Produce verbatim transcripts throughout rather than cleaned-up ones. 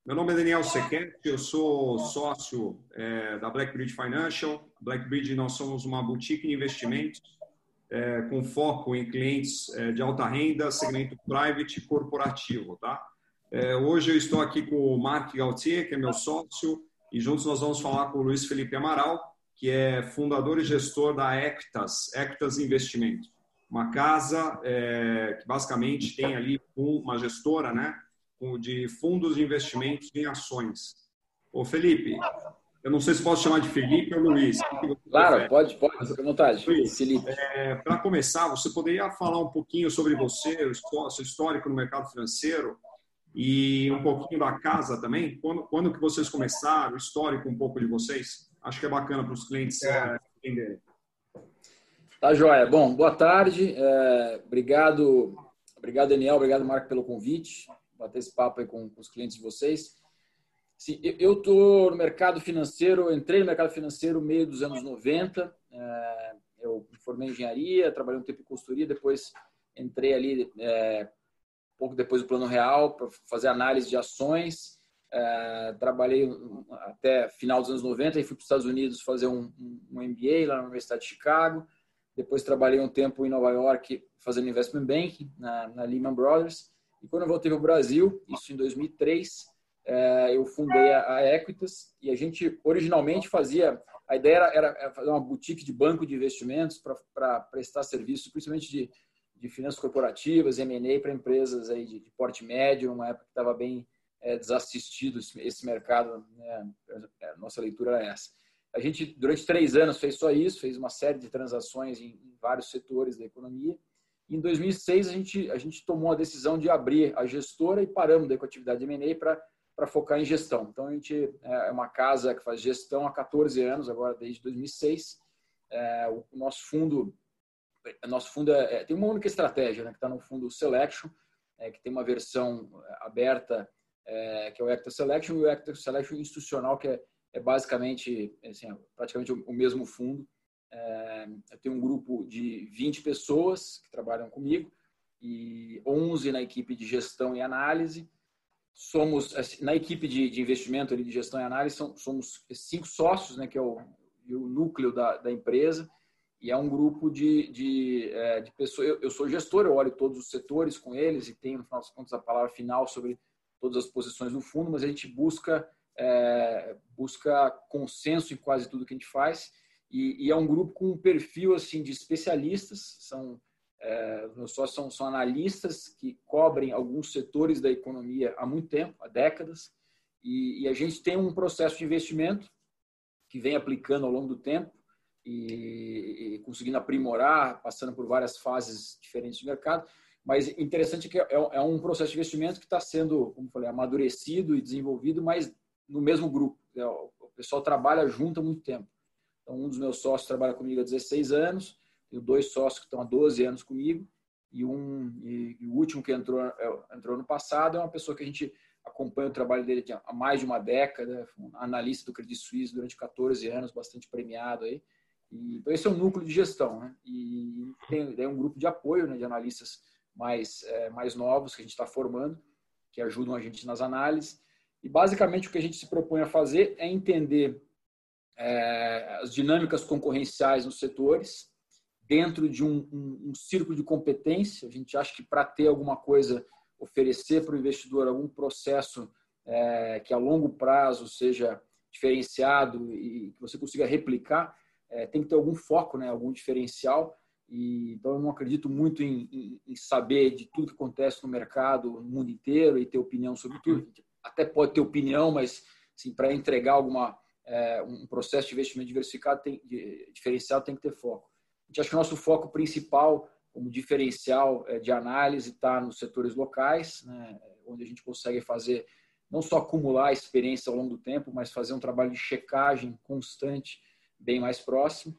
Meu nome é Daniel Sequete, eu sou sócio é, da BlackBridge Financial. BlackBridge, nós somos uma boutique de investimentos é, com foco em clientes é, de alta renda, segmento private e corporativo. Tá? É, hoje eu estou aqui com o Marc Gauthier, que é meu sócio, e juntos nós vamos falar com o Luiz Felipe Amaral, que é fundador e gestor da Equitas, Equitas Investimentos. Uma casa é, que basicamente tem ali uma gestora, né? de fundos de investimentos em ações. Ô, Felipe, eu não sei se posso chamar de Felipe ou Luiz. O que você Claro, prefere? pode, pode, fica à vontade. Luiz, Felipe. é, para começar, você poderia falar um pouquinho sobre você, o seu histórico no mercado financeiro e um pouquinho da casa também? Quando, quando que vocês começaram, o histórico um pouco de vocês? Acho que é bacana para os clientes é, entenderem. Tá, joia. Bom, boa tarde. É, obrigado, obrigado, Daniel. Obrigado, Marco, pelo convite. Bater esse papo aí com, com os clientes de vocês. Sim, eu estou no mercado financeiro, entrei no mercado financeiro no meio dos anos noventa. É, eu me formei em engenharia, trabalhei um tempo em consultoria, depois entrei ali, é, pouco depois do Plano Real, para fazer análise de ações. É, trabalhei até final dos anos noventa e fui para os Estados Unidos fazer um, um M B A lá na Universidade de Chicago. Depois trabalhei um tempo em Nova York fazendo investment banking na, na Lehman Brothers. E quando eu voltei para o Brasil, isso em dois mil e três, é, eu fundei a, a Equitas e a gente originalmente fazia, a ideia era, era fazer uma boutique de banco de investimentos para prestar serviços, principalmente de, de finanças corporativas, M and A para empresas aí de, de porte médio, uma época que estava bem é, desassistido esse, esse mercado, né? A nossa leitura era essa. A gente, durante três anos, fez só isso, fez uma série de transações em, em vários setores da economia. Em dois mil e seis, a gente, a gente tomou a decisão de abrir a gestora e paramos daí com a atividade de M and A para para focar em gestão. Então, a gente é uma casa que faz gestão há quatorze anos, agora desde dois mil e seis. É, o nosso fundo, nosso fundo é, é, tem uma única estratégia, né, que está no fundo Selection, é, que tem uma versão aberta, é, que é o Equity Selection, e o Equity Selection institucional, que é, é basicamente, assim, praticamente o, o mesmo fundo. É, eu tenho um grupo de vinte pessoas que trabalham comigo e onze na equipe de gestão e análise. Somos, na equipe de, de investimento, de gestão e análise, somos cinco sócios, né, que é o, o núcleo da, da empresa, e é um grupo de, de, de pessoas. Eu, eu sou gestor, eu olho todos os setores com eles e tenho, no final das contas, a palavra final sobre todas as posições no fundo, mas a gente busca, é, busca consenso em quase tudo que a gente faz, e, e é um grupo com um perfil assim, de especialistas, são... É, os meus sócios são, são analistas que cobrem alguns setores da economia há muito tempo, há décadas, e, e a gente tem um processo de investimento que vem aplicando ao longo do tempo e, e conseguindo aprimorar, passando por várias fases diferentes do mercado. Mas interessante é que é, é um processo de investimento que está sendo, como eu falei, amadurecido e desenvolvido, mas no mesmo grupo. O pessoal trabalha junto há muito tempo. Então, um dos meus sócios trabalha comigo há dezesseis anos, tenho dois sócios que estão há doze anos comigo e, um, e, e o último que entrou, entrou no passado é uma pessoa que a gente acompanha o trabalho dele há mais de uma década, um analista do Credit Suisse durante quatorze anos, bastante premiado aí. E, então, esse é um núcleo de gestão, né? E tem, tem um grupo de apoio, né, de analistas mais, é, mais novos que a gente está formando, que ajudam a gente nas análises. E, basicamente, o que a gente se propõe a fazer é entender é, as dinâmicas concorrenciais nos setores, dentro de um, um, um círculo de competência. A gente acha que para ter alguma coisa, oferecer para o investidor algum processo é, que a longo prazo seja diferenciado e que você consiga replicar, é, tem que ter algum foco, né, algum diferencial. E, então, eu não acredito muito em, em, em saber de tudo que acontece no mercado, no mundo inteiro, e ter opinião sobre tudo. Até pode ter opinião, mas assim, para entregar alguma, é, um processo de investimento diversificado, tem, de, diferenciado, tem que ter foco. A gente acha que o nosso foco principal, como diferencial de análise, está nos setores locais, né, onde a gente consegue fazer, não só acumular experiência ao longo do tempo, mas fazer um trabalho de checagem constante, bem mais próximo.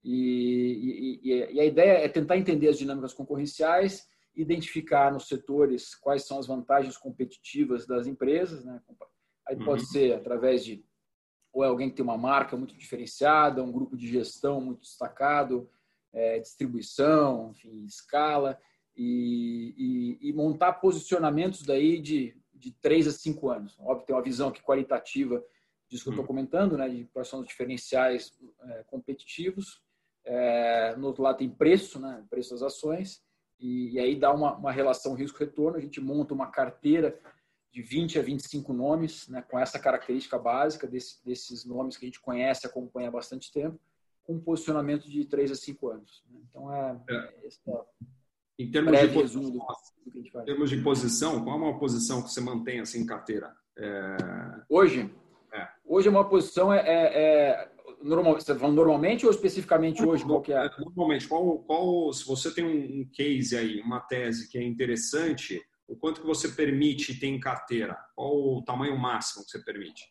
E, e, e a ideia é tentar entender as dinâmicas concorrenciais, identificar nos setores quais são as vantagens competitivas das empresas, né? Aí pode uhum. ser através de ou é alguém que tem uma marca muito diferenciada, um grupo de gestão muito destacado, é, distribuição, enfim, escala, e, e, e montar posicionamentos daí de, de três a cinco anos. Óbvio, tem uma visão aqui qualitativa disso que eu estou comentando, né, de quais são os diferenciais é, competitivos. É, no outro lado tem preço, né, preço das ações, e, e aí dá uma, uma relação risco-retorno. A gente monta uma carteira de vinte a vinte e cinco nomes, né, com essa característica básica desse, desses nomes que a gente conhece, acompanha há bastante tempo, com um posicionamento de três a cinco anos. Então, é, é esse é em termos breve de resumo do, do que a gente faz. Em termos de posição, qual é uma posição que você mantém assim em carteira? É... Hoje? É. Hoje uma posição é... é, é normal, você está falando normalmente ou especificamente hoje? Qual que é? Normalmente, qual, qual, se você tem um case aí, uma tese que é interessante, o quanto que você permite ter em carteira? Qual o tamanho máximo que você permite?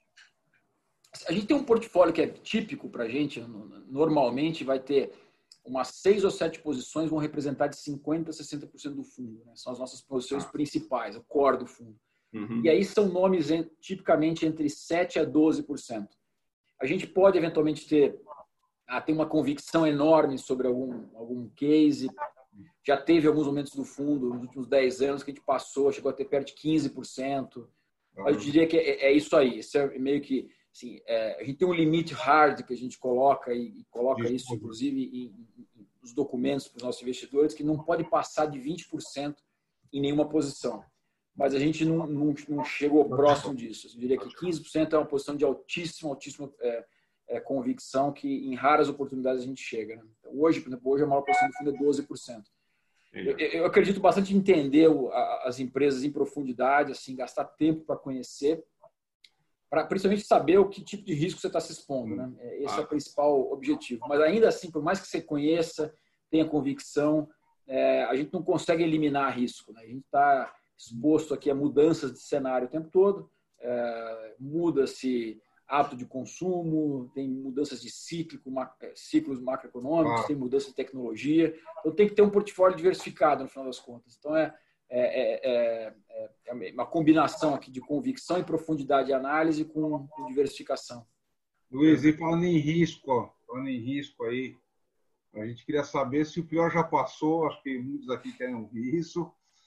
A gente tem um portfólio que é típico para a gente, normalmente vai ter umas seis ou sete posições, vão representar de cinquenta por cento a sessenta por cento do fundo. Né? São as nossas posições ah. principais, o core do fundo. Uhum. E aí são nomes tipicamente entre sete por cento a doze por cento. A gente pode eventualmente ter, ah, ter uma convicção enorme sobre algum, algum case. Já teve alguns momentos do fundo, nos últimos dez anos, que a gente passou, chegou a ter perto de quinze por cento. Mas eu diria que é, é isso aí. Isso é meio que... Assim, é, a gente tem um limite hard que a gente coloca, e, e coloca isso, inclusive, em, em, nos documentos para os nossos investidores, que não pode passar de vinte por cento em nenhuma posição. Mas a gente não, não, não chegou próximo disso. Eu diria que quinze por cento é uma posição de altíssima, altíssima é, é, convicção, que em raras oportunidades a gente chega. Né? Então, hoje, por exemplo, hoje a maior posição do fundo é doze por cento. Eu, eu acredito bastante em entender as empresas em profundidade, assim, gastar tempo para conhecer, para principalmente saber o que tipo de risco você está se expondo. Né? Esse é o principal objetivo. Mas ainda assim, por mais que você conheça, tenha convicção, é, a gente não consegue eliminar risco. Né? A gente está exposto aqui a mudanças de cenário o tempo todo, é, muda-se hábito de consumo, tem mudanças de cíclico, ciclos macroeconômicos, ah. tem mudança de tecnologia. Então tem que ter um portfólio diversificado no final das contas. Então é É, é, é, é uma combinação aqui de convicção e profundidade de análise com, com diversificação. Luiz, e falando em risco, ó, falando em risco aí, a gente queria saber se o pior já passou, acho que muitos aqui querem ouvir isso.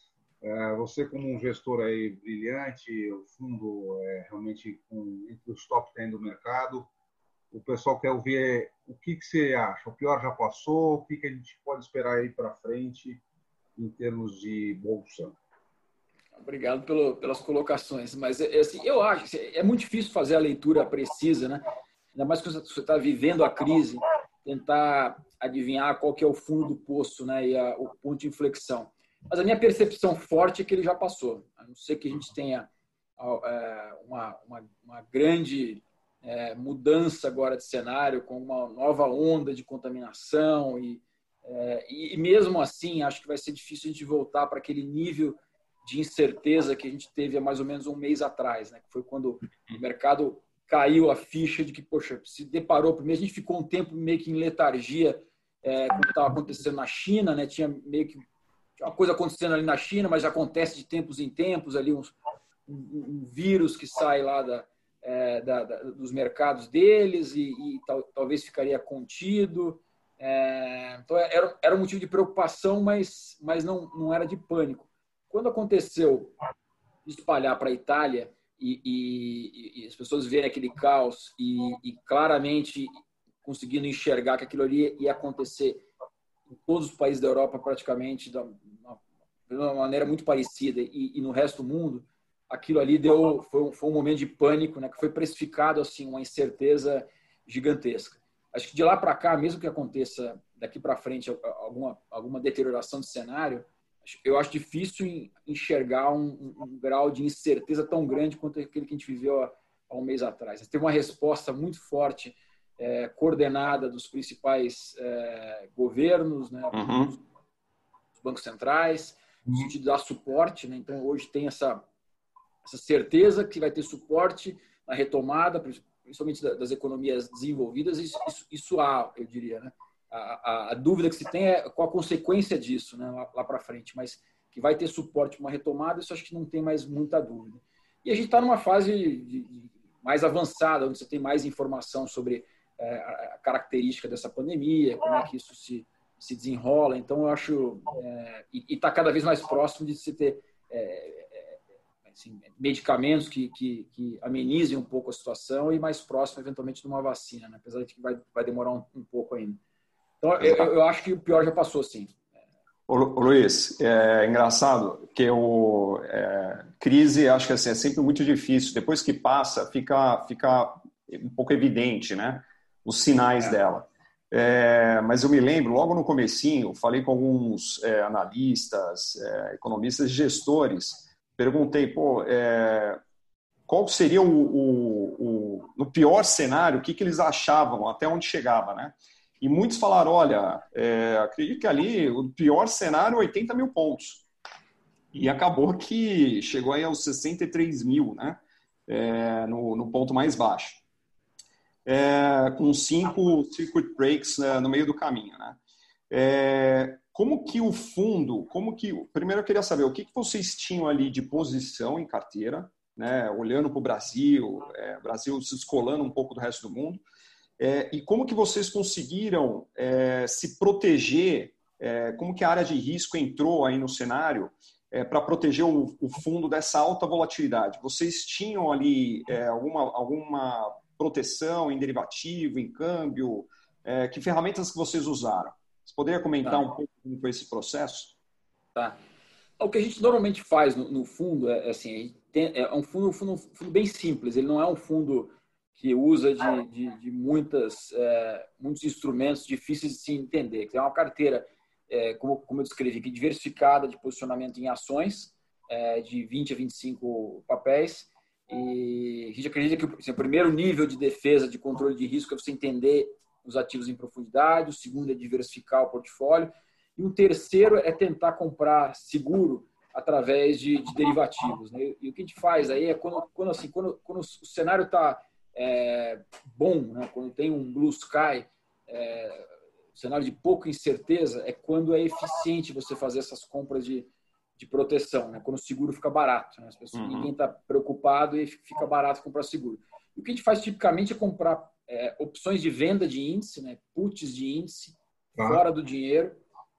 É, você como um gestor aí brilhante, o fundo é realmente com, entre os top dez do mercado, o pessoal quer ouvir o que, que você acha, o pior já passou, o que, que a gente pode esperar aí para frente em termos de bolsa? Obrigado pelo, pelas colocações, mas assim, eu acho que é muito difícil fazer a leitura precisa, né? Ainda mais que você está vivendo a crise, tentar adivinhar qual que é o fundo do poço, né? E a, o ponto de inflexão. Mas a minha percepção forte é que ele já passou. A não ser que a gente tenha é, uma, uma, uma grande é, mudança agora de cenário, com uma nova onda de contaminação e É, e, e mesmo assim, acho que vai ser difícil a gente voltar para aquele nível de incerteza que a gente teve há mais ou menos um mês atrás, né? Que foi quando o mercado caiu a ficha de que, poxa, se deparou primeiro, a gente ficou um tempo meio que em letargia, é, como estava acontecendo na China, né? Tinha meio que tinha uma coisa acontecendo ali na China, mas acontece de tempos em tempos, ali uns, um, um vírus que sai lá da, é, da, da, dos mercados deles e, e tal, talvez ficaria contido. É, então era, era um motivo de preocupação, mas, mas não, não era de pânico. Quando aconteceu espalhar para a Itália e, e, e as pessoas verem aquele caos e, e claramente conseguindo enxergar que aquilo ali ia acontecer em todos os países da Europa praticamente de uma, de uma maneira muito parecida e, e no resto do mundo, aquilo ali deu foi um, foi um momento de pânico, né, que foi precificado assim uma incerteza gigantesca. Acho que de lá para cá, mesmo que aconteça daqui para frente alguma, alguma deterioração de cenário, eu acho difícil enxergar um, um, um grau de incerteza tão grande quanto aquele que a gente viveu há, há um mês atrás. Teve uma resposta muito forte, é, coordenada dos principais é, governos, né, uhum. dos bancos centrais, no uhum. sentido de dar suporte. Né? Então, hoje tem essa, essa certeza que vai ter suporte na retomada, principalmente das economias desenvolvidas, isso, isso, isso há, eu diria, né? A, a, a dúvida que se tem é qual a consequência disso, né, lá, lá para frente, mas que vai ter suporte para uma retomada, isso acho que não tem mais muita dúvida. E a gente está numa fase de, de mais avançada, onde você tem mais informação sobre é, a característica dessa pandemia, como é que isso se, se desenrola. Então, eu acho... É, e está cada vez mais próximo de se ter... É, assim, medicamentos que, que, que amenizem um pouco a situação e mais próximo, eventualmente, de uma vacina, né? Apesar de que vai, vai demorar um, um pouco ainda. Então, eu, eu acho que o pior já passou, sim. Ô, Luiz, é engraçado que o é, crise, acho que assim, é sempre muito difícil. Depois que passa, fica, fica um pouco evidente, né? Os sinais é. dela. É, mas eu me lembro, logo no comecinho, falei com alguns é, analistas, é, economistas e gestores, perguntei, pô, é, qual seria o, o, o, no pior cenário, o que, que eles achavam, até onde chegava, né? E muitos falaram, olha, é, acredito que ali o pior cenário é oitenta mil pontos. E acabou que chegou aí aos sessenta e três mil, né? É, no, no ponto mais baixo. É, com cinco circuit breaks, né, no meio do caminho, né? É, como que o fundo, como que... Primeiro eu queria saber, o que, que vocês tinham ali de posição em carteira, né? Olhando para o Brasil, é, Brasil se descolando um pouco do resto do mundo. É, e como que vocês conseguiram é, se proteger, é, como que a área de risco entrou aí no cenário é, para proteger o, o fundo dessa alta volatilidade? Vocês tinham ali é, alguma, alguma proteção em derivativo, em câmbio? É, que ferramentas que vocês usaram? Você poderia comentar tá. um pouco como foi esse processo? Tá. O que a gente normalmente faz no, no fundo é, assim, tem, é um fundo, um fundo, um fundo bem simples, ele não é um fundo que usa de, de, de muitas, é, muitos instrumentos difíceis de se entender. É uma carteira, é, como, como eu descrevi aqui, diversificada de posicionamento em ações, é, de vinte a vinte e cinco papéis. E a gente acredita que assim, o primeiro nível de defesa, de controle de risco, é você entender os ativos em profundidade. O segundo é diversificar o portfólio. E o terceiro é tentar comprar seguro através de, de derivativos, né? E o que a gente faz aí é quando, quando, assim, quando, quando o cenário está É, bom, né? Quando tem um blue sky, é, cenário de pouca incerteza, é quando é eficiente você fazer essas compras de, de proteção, né? Quando o seguro fica barato, né? As pessoas, uhum. Ninguém está preocupado e fica barato comprar seguro. E o que a gente faz tipicamente é comprar é, opções de venda de índice, né? Puts de índice, ah. fora do dinheiro,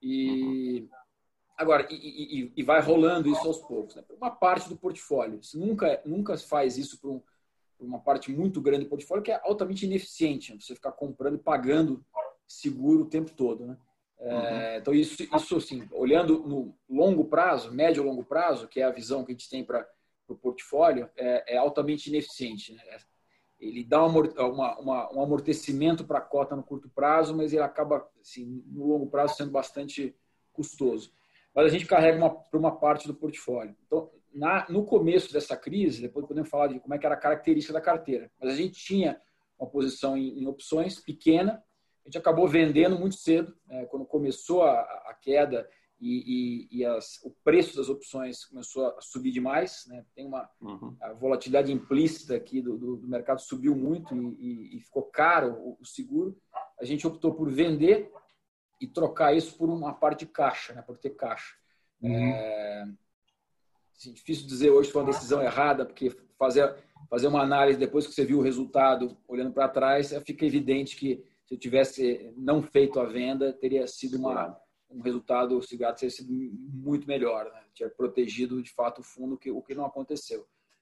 e uhum. agora e, e, e vai rolando isso aos poucos, né? Uma parte do portfólio. Você nunca, nunca faz isso para um uma parte muito grande do portfólio que é altamente ineficiente, né? Você ficar comprando e pagando seguro o tempo todo, né? É, uhum. Então, isso, isso assim, olhando no longo prazo, médio ou longo prazo, que é a visão que a gente tem para o portfólio, é, é altamente ineficiente, né? Ele dá uma, uma, uma, um amortecimento para a cota no curto prazo, mas ele acaba, assim, no longo prazo, sendo bastante custoso. Mas a gente carrega para uma, uma parte do portfólio. Então, Na, no começo dessa crise, depois podemos falar de como é que era a característica da carteira, mas a gente tinha uma posição em, em opções pequena, a gente acabou vendendo muito cedo, né, quando começou a, a queda e, e, e as, o preço das opções começou a subir demais, né, tem uma uhum. a volatilidade implícita aqui do, do, do mercado subiu muito e, e, e ficou caro o, o seguro, a gente optou por vender e trocar isso por uma parte de caixa, né, por ter caixa. Uhum. É, Assim, difícil dizer hoje se foi uma decisão errada, porque fazer, fazer uma análise depois que você viu o resultado, olhando para trás, fica evidente que se eu tivesse não feito a venda, teria sido uma, um resultado, o seguro teria sido muito melhor, né? Tinha protegido de fato o fundo, que, o que não aconteceu.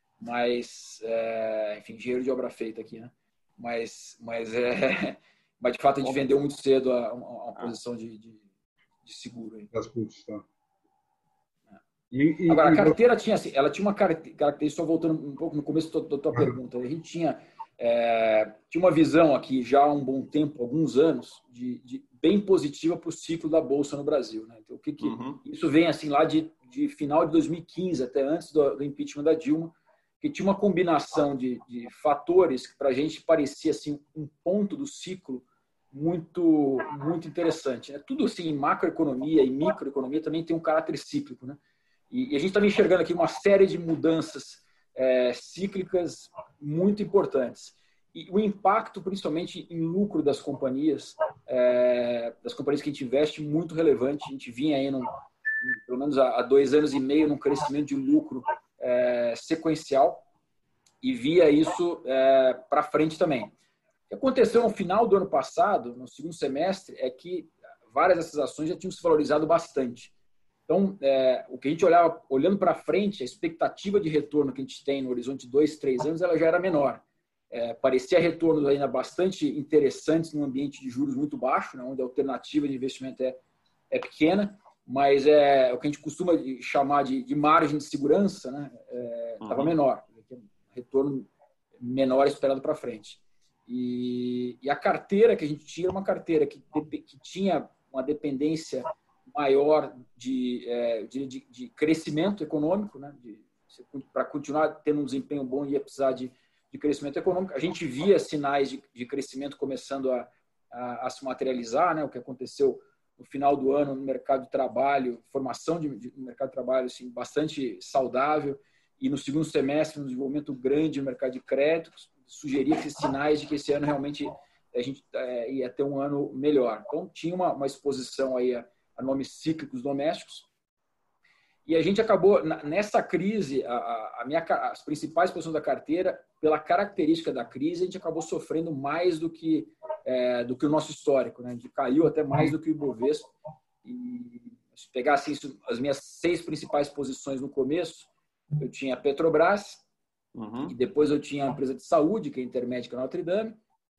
Mas, é, enfim, dinheiro de obra feita aqui, né? Mas, mas, é, mas de fato a gente vendeu muito cedo a, a, a posição de, de, de seguro. Aí. Das putas, tá. E, e, Agora, a carteira tinha assim, ela tinha uma característica, só voltando um pouco no começo da tua, tua uhum. pergunta, a gente tinha, é, tinha uma visão aqui já há um bom tempo, alguns anos, de, de bem positiva para o ciclo da Bolsa no Brasil. Né? Então, o que que, uhum. Isso vem assim lá de, de final de dois mil e quinze, até antes do, do impeachment da Dilma, que tinha uma combinação de, de fatores que para a gente parecia assim, um ponto do ciclo muito, muito interessante. Né? Tudo assim, macroeconomia e microeconomia também tem um caráter cíclico, né? E a gente está enxergando aqui uma série de mudanças é, cíclicas muito importantes. E o impacto, principalmente em lucro das companhias, é, das companhias que a gente investe, muito relevante. A gente vinha aí, num, pelo menos há dois anos e meio, num crescimento de lucro é, sequencial e via isso é, para frente também. O que aconteceu no final do ano passado, no segundo semestre, é que várias dessas ações já tinham se valorizado bastante. Então, é, o que a gente olhava, olhando para frente, a expectativa de retorno que a gente tem no horizonte de dois, três anos, ela já era menor. É, parecia retornos ainda bastante interessantes num ambiente de juros muito baixo, né, onde a alternativa de investimento é, é pequena, mas é o que a gente costuma chamar de, de margem de segurança, né, estava é, uhum. menor, retorno menor esperado para frente. E, e a carteira que a gente tinha era uma carteira que, que tinha uma dependência maior de, de, de, de crescimento econômico, né? Para continuar tendo um desempenho bom, ia precisar de, de crescimento econômico. A gente via sinais de, de crescimento começando a, a, a se materializar, né? O que aconteceu no final do ano no mercado de trabalho, formação de, de, no mercado de trabalho assim, bastante saudável, e no segundo semestre, um desenvolvimento grande no mercado de crédito, sugeria esses sinais de que esse ano realmente a gente é, ia ter um ano melhor. Então, tinha uma, uma exposição aí a, a nomes cíclicos domésticos. E a gente acabou, nessa crise, a, a minha, as principais posições da carteira, pela característica da crise, a gente acabou sofrendo mais do que, é, do que o nosso histórico, né? A gente caiu até mais do que o Ibovespa. E se pegar assim, as minhas seis principais posições no começo, eu tinha a Petrobras, uhum. e depois eu tinha a empresa de saúde, que é a Intermédica Notre Dame,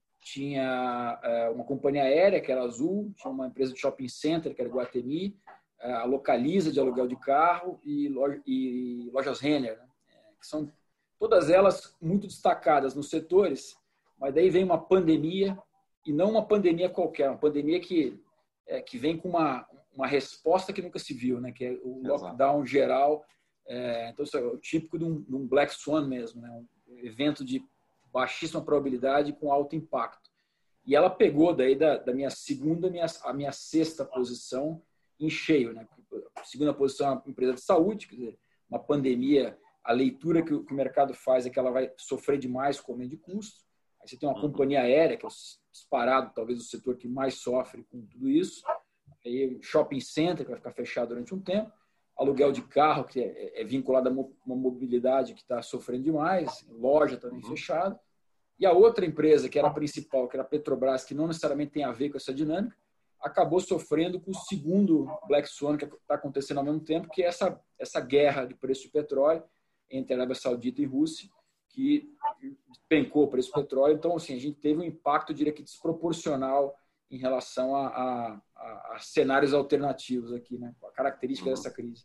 tinha é, uma companhia aérea, que era Azul, tinha uma empresa de shopping center, que era Iguatemi, a Localiza, de aluguel de carro, e, loja, e lojas Renner, né? É, que são todas elas muito destacadas nos setores, mas daí vem uma pandemia, e não uma pandemia qualquer, uma pandemia que, é, que vem com uma, uma resposta que nunca se viu, né? Que é o lockdown Exato. geral. É, então, isso é o típico de um, de um Black Swan mesmo, né? Um evento de baixíssima probabilidade com alto impacto. E ela pegou daí da, da minha segunda minha, a minha sexta posição em cheio, né? A segunda posição é uma empresa de saúde, quer dizer, uma pandemia, a leitura que o, que o mercado faz é que ela vai sofrer demais com o aumento de custo. Aí você tem uma uhum. companhia aérea, que é o disparado, talvez o setor que mais sofre com tudo isso. Aí shopping center, que vai ficar fechado durante um tempo. Aluguel de carro, que é, é vinculado a uma mobilidade que está sofrendo demais. Loja também uhum. fechada. E a outra empresa, que era a principal, que era a Petrobras, que não necessariamente tem a ver com essa dinâmica, acabou sofrendo com o segundo Black Swan que está acontecendo ao mesmo tempo, que é essa, essa guerra de preço de petróleo entre a Arábia Saudita e Rússia, que despencou o preço do petróleo. Então, assim, a gente teve um impacto, eu diria que desproporcional em relação a, a, a, a cenários alternativos aqui, né? A característica dessa crise.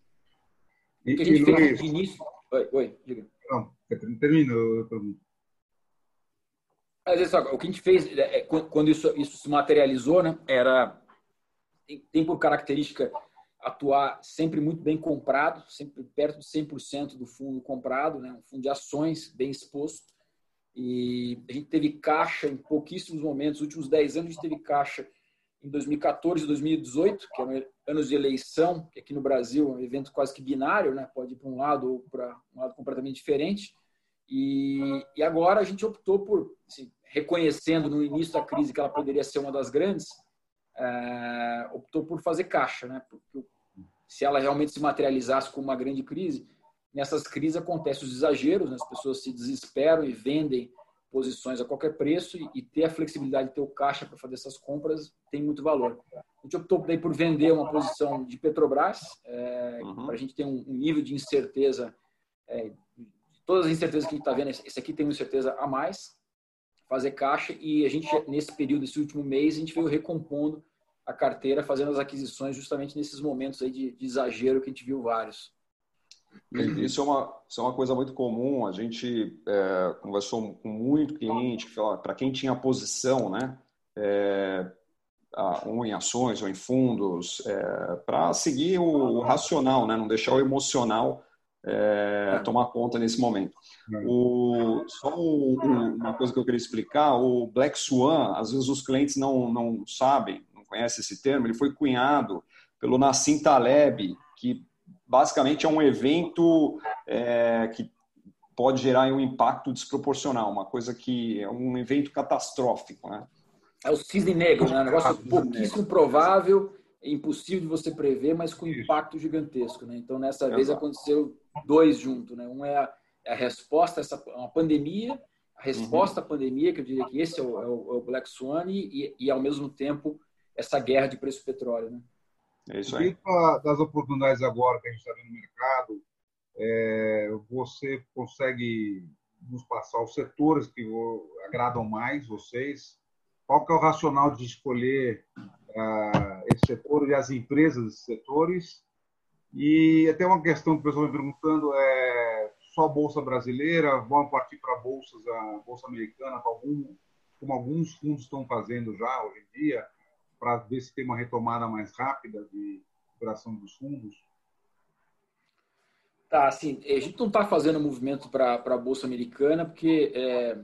O que a gente fez de início... Oi, oi, diga. Não, termina. Às vezes, o que a gente fez é, quando isso, isso se materializou, né, era tem, tem por característica atuar sempre muito bem comprado, sempre perto de cem por cento do fundo comprado, né, um fundo de ações bem exposto. E a gente teve caixa em pouquíssimos momentos. Nos últimos dez anos, a gente teve caixa em dois mil e quatorze e dois mil e dezoito, que eram anos de eleição, que aqui no Brasil é um evento quase que binário, né, pode ir para um lado ou para um lado completamente diferente. E, e agora a gente optou por, assim, reconhecendo no início da crise que ela poderia ser uma das grandes, é, optou por fazer caixa, né? Porque se ela realmente se materializasse como uma grande crise, nessas crises acontecem os exageros, né? As pessoas se desesperam e vendem posições a qualquer preço, e, e ter a flexibilidade de ter o caixa para fazer essas compras tem muito valor. A gente optou daí por vender uma posição de Petrobras, é, uhum. para a gente ter um, um nível de incerteza, é, todas as incertezas que a gente está vendo, esse aqui tem uma incerteza a mais, fazer caixa, e a gente, nesse período, esse último mês, a gente veio recompondo a carteira, fazendo as aquisições justamente nesses momentos aí de, de exagero que a gente viu vários. Isso é uma, isso é uma coisa muito comum, a gente é, conversou com muito cliente, que fala, para quem tinha posição, né, é, ou em ações ou em fundos, é, para seguir o, o racional, né, não deixar o emocional É, tomar conta nesse momento. O, só o, o, uma coisa que eu queria explicar, o Black Swan, às vezes os clientes não, não sabem, não conhecem esse termo, ele foi cunhado pelo Nassim Taleb, que basicamente é um evento é, que pode gerar um impacto desproporcional, uma coisa que é um evento catastrófico, né? É o cisne negro, né? Um negócio pouquíssimo provável, é impossível de você prever, mas com impacto gigantesco, né? Então, nessa Exato. vez aconteceu dois juntos, né? Um é a, é a resposta a essa uma pandemia, a resposta uhum. à pandemia, que eu diria que esse é o, é o, é o Black Swan, e, e, ao mesmo tempo essa guerra de preço do petróleo, né? É isso aí. Dentro das oportunidades agora que a gente está vendo no mercado, é, você consegue nos passar os setores que agradam mais vocês? Qual que é o racional de escolher uh, esse setor e as empresas desses setores? E até uma questão que o pessoal me perguntando é só a Bolsa brasileira, vão partir para bolsas, a Bolsa americana, algum, como alguns fundos estão fazendo já hoje em dia, para ver se tem uma retomada mais rápida de operação dos fundos? Tá, assim, a gente não está fazendo movimento para a Bolsa Americana, porque é,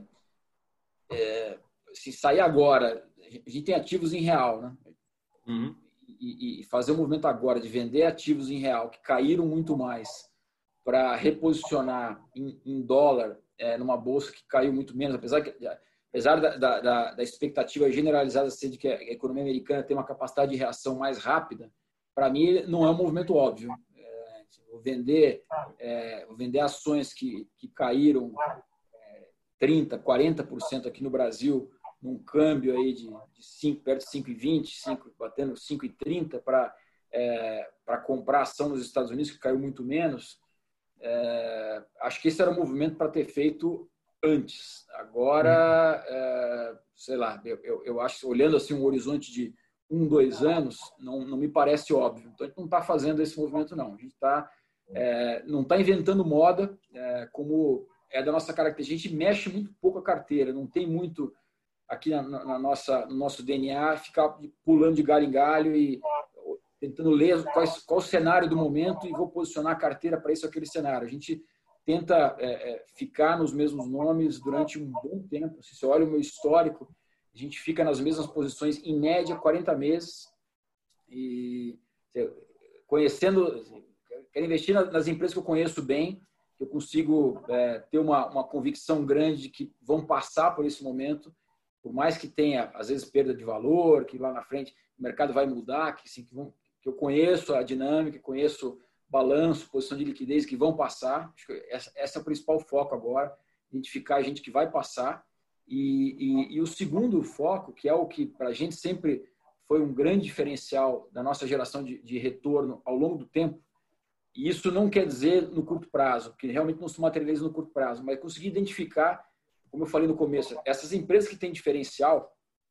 é, se sair agora, a gente tem ativos em real, né? Uhum. E, e fazer um movimento agora de vender ativos em real, que caíram muito mais, para reposicionar em, em dólar, é, numa bolsa que caiu muito menos, apesar, que, apesar da, da, da expectativa generalizada ser de que a economia americana tem uma capacidade de reação mais rápida, para mim não é um movimento óbvio. É, vou vender, é, vou vender ações que, que caíram é, trinta por cento, quarenta por cento aqui no Brasil, num câmbio aí de, de cinco, perto de cinco e vinte, cinco, batendo cinco e trinta para é, para comprar ação nos Estados Unidos, que caiu muito menos. É, acho que esse era um movimento para ter feito antes. Agora, é, sei lá, eu, eu, eu acho, olhando assim um horizonte de um, dois anos, não, não me parece óbvio. Então, a gente não está fazendo esse movimento, não. A gente tá, é, não está inventando moda, é, como é da nossa característica. A gente mexe muito pouco a carteira, não tem muito aqui na, na nossa, no nosso D N A ficar pulando de galho em galho e tentando ler quais, qual o cenário do momento e vou posicionar a carteira para isso ou aquele cenário. A gente tenta é, é, ficar nos mesmos nomes durante um bom tempo. Se você olha o meu histórico, a gente fica nas mesmas posições, em média, quarenta meses. E conhecendo, quero investir nas empresas que eu conheço bem, que eu consigo é, ter uma, uma convicção grande de que vão passar por esse momento, por mais que tenha, às vezes, perda de valor, que lá na frente o mercado vai mudar, que, assim, que, vão, que eu conheço a dinâmica, conheço balanço, posição de liquidez, que vão passar. Acho que essa, esse é o principal foco agora, identificar a gente que vai passar. E, e, e o segundo foco, que é o que para a gente sempre foi um grande diferencial da nossa geração de, de retorno ao longo do tempo, e isso não quer dizer no curto prazo, porque realmente não se materializa no curto prazo, mas conseguir identificar, como eu falei no começo, essas empresas que têm diferencial,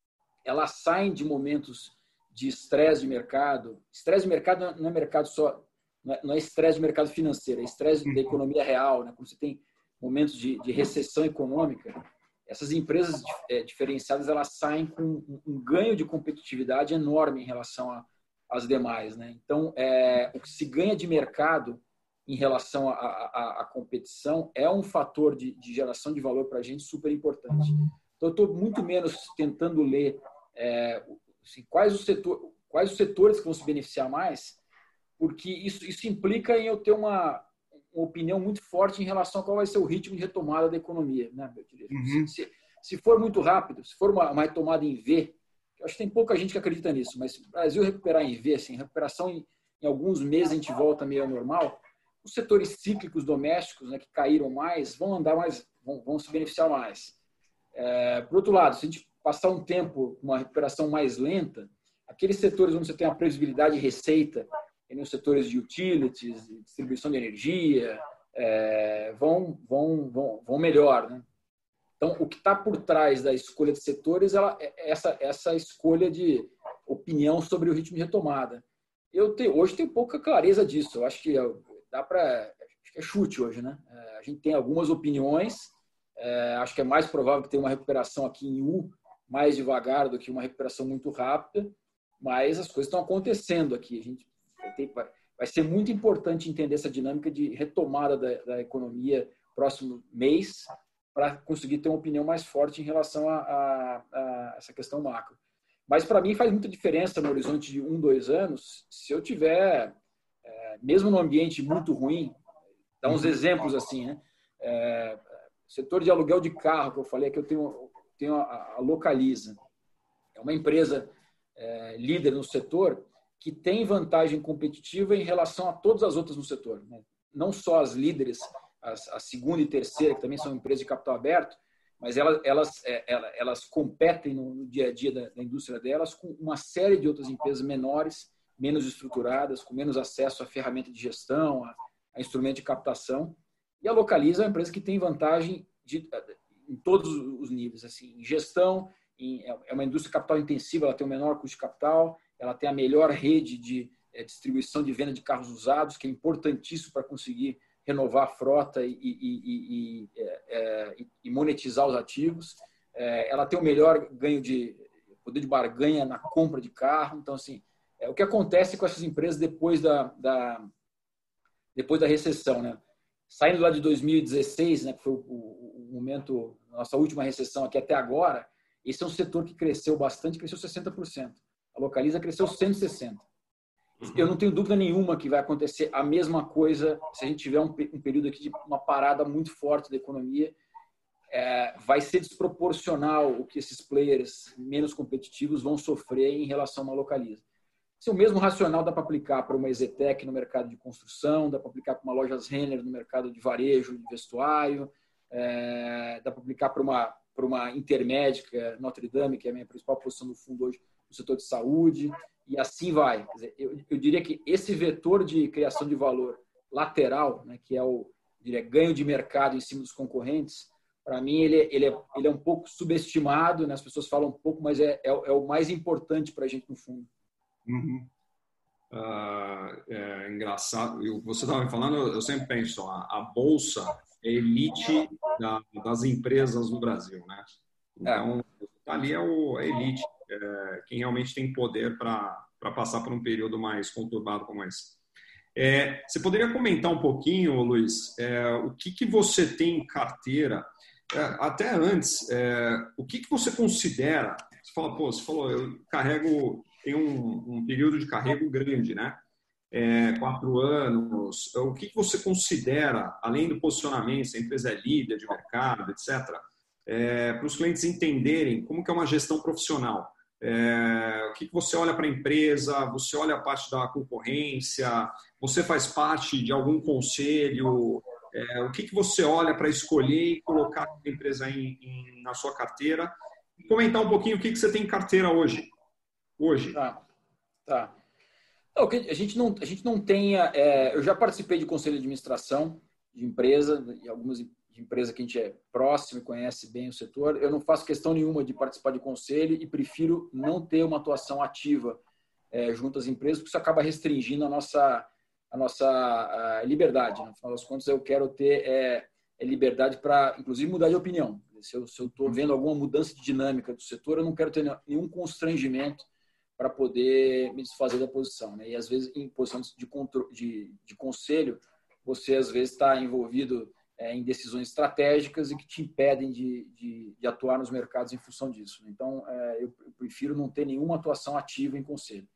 elas saem de momentos de estresse de mercado. Estresse de mercado não é mercado só, não é estresse de mercado financeiro, é estresse da economia real, né? Quando você tem momentos de, de recessão econômica, essas empresas é, diferenciadas, elas saem com um, um ganho de competitividade enorme em relação a, às demais, né? Então, é, o que se ganha de mercado em relação à competição é um fator de, de geração de valor para a gente super importante. Então, eu estou muito menos tentando ler é, assim, quais, os setor, quais os setores que vão se beneficiar mais, porque isso, isso implica em eu ter uma, uma opinião muito forte em relação a qual vai ser o ritmo de retomada da economia, né, meu querido? Uhum. Se, se for muito rápido, se for uma, uma retomada em V, eu acho que tem pouca gente que acredita nisso, mas se o Brasil recuperar em V, assim, recuperação em, em alguns meses a gente volta meio ao normal, os setores cíclicos domésticos, né, que caíram mais, vão andar mais, vão, vão se beneficiar mais. É, por outro lado, se a gente passar um tempo com uma recuperação mais lenta, aqueles setores onde você tem uma previsibilidade de receita, como os setores de utilities, distribuição de energia, é, vão, vão, vão, vão melhor, né? Então, o que está por trás da escolha de setores ela, é essa, essa escolha de opinião sobre o ritmo de retomada. Eu tenho, hoje tenho pouca clareza disso. Eu acho que dá para... Acho que é chute hoje, né? É, a gente tem algumas opiniões. É, acho que é mais provável que tenha uma recuperação aqui em U mais devagar do que uma recuperação muito rápida, mas as coisas estão acontecendo aqui. A gente tem, vai, vai ser muito importante entender essa dinâmica de retomada da, da economia próximo mês para conseguir ter uma opinião mais forte em relação a, a, a essa questão macro. Mas, para mim, faz muita diferença no horizonte de um, dois anos, se eu tiver, é, mesmo num ambiente muito ruim, dá uns exemplos assim, né? É, setor de aluguel de carro, que eu falei que eu tenho, tenho a, a Localiza. É uma empresa é, líder no setor que tem vantagem competitiva em relação a todas as outras no setor, né? Não só as líderes, as, a segunda e terceira, que também são empresas de capital aberto, mas elas, elas, elas, elas competem no, no dia a dia da, da indústria delas com uma série de outras empresas menores menos estruturadas, com menos acesso a ferramenta de gestão, a, a instrumento de captação. E a Localiza é uma empresa que tem vantagem de, em todos os níveis, assim, em gestão, em, é uma indústria capital intensiva, ela tem o menor custo de capital, ela tem a melhor rede de é, distribuição de venda de carros usados, que é importantíssimo para conseguir renovar a frota e, e, e, e, é, e monetizar os ativos. É, ela tem o melhor ganho de poder de barganha na compra de carro. Então, assim, é, o que acontece com essas empresas depois da, da, depois da recessão, né? Saindo lá de dois mil e dezesseis, né, que foi o, o, o momento, nossa última recessão aqui até agora, esse é um setor que cresceu bastante, cresceu sessenta por cento. A Localiza cresceu cento e sessenta por cento. Eu não tenho dúvida nenhuma que vai acontecer a mesma coisa se a gente tiver um, um período aqui de uma parada muito forte da economia. É, vai ser desproporcional o que esses players menos competitivos vão sofrer em relação a uma Localiza. Se o mesmo racional dá para aplicar para uma Ezetec no mercado de construção, dá para aplicar para uma Lojas Renner no mercado de varejo, de vestuário, é, dá para aplicar para uma, para uma Intermédica, Notre Dame, que é a minha principal posição no fundo hoje, no setor de saúde, e assim vai. Quer dizer, eu, eu diria que esse vetor de criação de valor lateral, né, que é o diria, ganho de mercado em cima dos concorrentes, para mim ele, ele, é, ele é um pouco subestimado, né? As pessoas falam um pouco, mas é, é, é o mais importante para a gente no fundo. Uhum. Uh, é engraçado. Eu, você estava me falando, eu sempre penso, a, a bolsa é elite da, das empresas no Brasil, né? Então, é. ali é o, a elite, é, quem realmente tem poder para passar por um período mais conturbado como esse. É, você poderia comentar um pouquinho, Luiz, é, o que, que você tem em carteira, é, até antes, é, o que, que você considera, você fala, pô, você falou, eu carrego, tem um, um período de carrego grande, né? É, quatro anos, o que, que você considera, além do posicionamento, se a empresa é líder de mercado, etcétera, é, para os clientes entenderem como que é uma gestão profissional. É, o que, que você olha para a empresa, você olha a parte da concorrência, você faz parte de algum conselho, é, o que, que você olha para escolher e colocar a empresa em, em, na sua carteira, e comentar um pouquinho o que, que você tem em carteira hoje. hoje. Tá, tá. Não, a gente não, a gente não tem, é, eu já participei de conselho de administração de empresa, e algumas de empresa que a gente é próximo e conhece bem o setor. Eu não faço questão nenhuma de participar de conselho e prefiro não ter uma atuação ativa é, junto às empresas, porque isso acaba restringindo a nossa, a nossa a liberdade. Né? No final das contas, eu quero ter é, é liberdade para, inclusive, mudar de opinião. Se eu estou vendo alguma mudança de dinâmica do setor, eu não quero ter nenhum constrangimento para poder me desfazer da posição. Né? E, às vezes, em posição de, de, de conselho, você, às vezes, está envolvido É, em decisões estratégicas e que te impedem de, de, de atuar nos mercados em função disso. Então, é, eu, eu prefiro não ter nenhuma atuação ativa em conselho.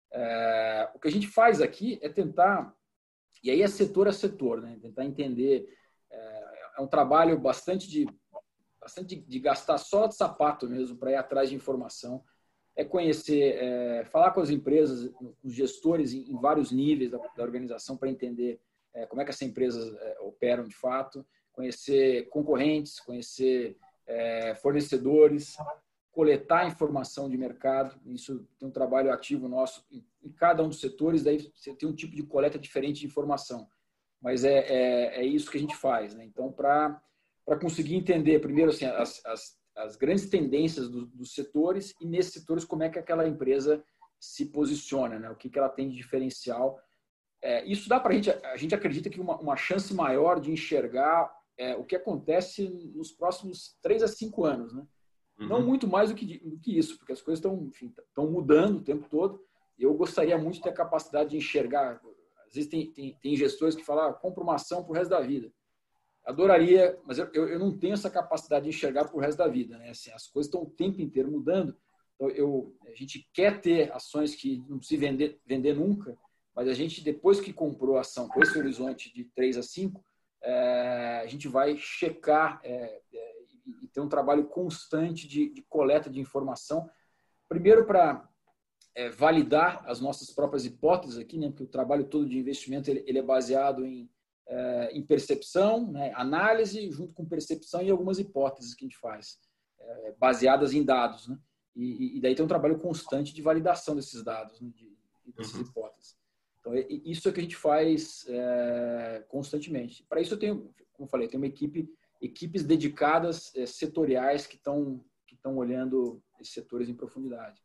É, o que a gente faz aqui é tentar, e aí é setor a setor, né? Tentar entender, é, é um trabalho bastante de, bastante de, de gastar só de sapato mesmo para ir atrás de informação, é conhecer, é, falar com as empresas, com os gestores em, em vários níveis da, da organização para entender É, como é que essas empresas é, operam de fato, conhecer concorrentes, conhecer é, fornecedores, coletar informação de mercado. Isso tem um trabalho ativo nosso em, em cada um dos setores, daí você tem um tipo de coleta diferente de informação. Mas é, é, é isso que a gente faz. Né? Então, para conseguir entender, primeiro, assim, as, as, as grandes tendências do, dos setores e, nesses setores, como é que aquela empresa se posiciona, né? O que, que ela tem de diferencial. É, isso dá para a gente, a gente acredita que uma, uma chance maior de enxergar é, o que acontece nos próximos três a cinco anos, né? Uhum. Não muito mais do que, do que isso, porque as coisas estão, enfim, estão mudando o tempo todo. Eu gostaria muito de ter a capacidade de enxergar. Às vezes tem, tem, tem gestores que falam, ah, compra uma ação para o resto da vida. Adoraria, mas eu, eu não tenho essa capacidade de enxergar para o resto da vida, né? Assim, as coisas estão o tempo inteiro mudando. Então, eu, a gente quer ter ações que não precisa vender, vender nunca, mas a gente, depois que comprou a ação com esse horizonte de três a cinco, é, a gente vai checar é, é, e ter um trabalho constante de, de coleta de informação. Primeiro, para é, validar as nossas próprias hipóteses aqui, né? Porque o trabalho todo de investimento ele, ele é baseado em, é, em percepção, né? Análise, junto com percepção e algumas hipóteses que a gente faz, é, baseadas em dados. Né? E, e daí tem um trabalho constante de validação desses dados, né? de, dessas uhum. hipóteses. Então, isso é que a gente faz é, constantemente. Para isso, eu tenho, como eu falei, eu tenho uma equipe, equipes dedicadas, é, setoriais, que estão que estão olhando esses setores em profundidade.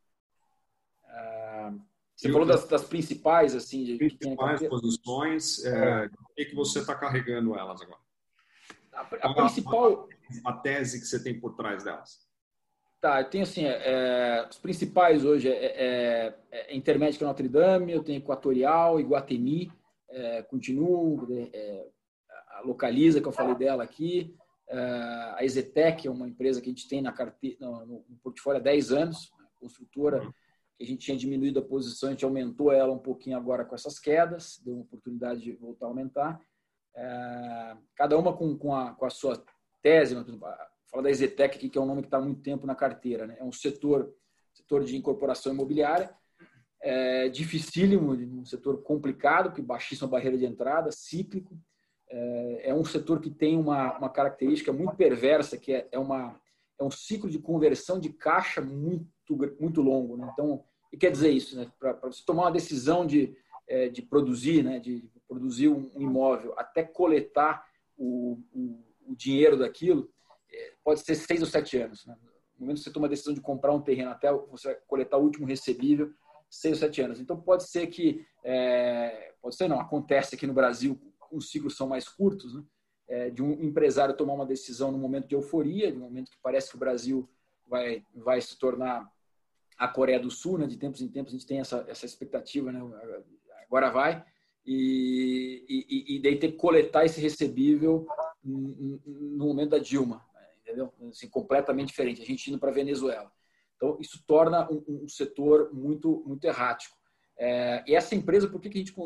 Ah, você eu, falou das, das principais, assim, de principais que posições. É, o que, que você está carregando elas agora? A, a principal, a, a tese que você tem por trás delas. Tá, eu tenho assim, é, os principais hoje é, é, é Intermédica Notre Dame, eu tenho Equatorial, Iguatemi, é, continuo, é, a Localiza, que eu falei dela aqui, é, a Ezetec, é uma empresa que a gente tem na carteira, no, no portfólio há dez anos, construtora, que a gente tinha diminuído a posição, a gente aumentou ela um pouquinho agora com essas quedas, deu uma oportunidade de voltar a aumentar. É, cada uma com, com, a, com a sua tese, por exemplo, fala da Ezetec aqui, que é um nome que está há muito tempo na carteira, né? É um setor, setor de incorporação imobiliária, é dificílimo, um setor complicado, que baixíssima barreira de entrada, cíclico. É, é um setor que tem uma, uma característica muito perversa, que é, é, uma, é um ciclo de conversão de caixa muito, muito longo, né? Então, o que quer dizer isso, né? Para você tomar uma decisão de, é, de produzir, né? De produzir um imóvel até coletar o, o, o dinheiro daquilo, pode ser seis ou sete anos. Né? No momento que você toma a decisão de comprar um terreno até você vai coletar o último recebível, seis ou sete anos. Então, pode ser que... É, pode ser não, acontece aqui no Brasil, os ciclos são mais curtos, né? É, de um empresário tomar uma decisão no momento de euforia, no momento que parece que o Brasil vai, vai se tornar a Coreia do Sul, né? De tempos em tempos a gente tem essa, essa expectativa, né? Agora vai. E, e, e daí ter que coletar esse recebível no momento da Dilma, entendeu? Assim, completamente diferente, a gente indo para a Venezuela. Então, isso torna um, um setor muito, muito errático. É, e essa empresa, por que, que a gente...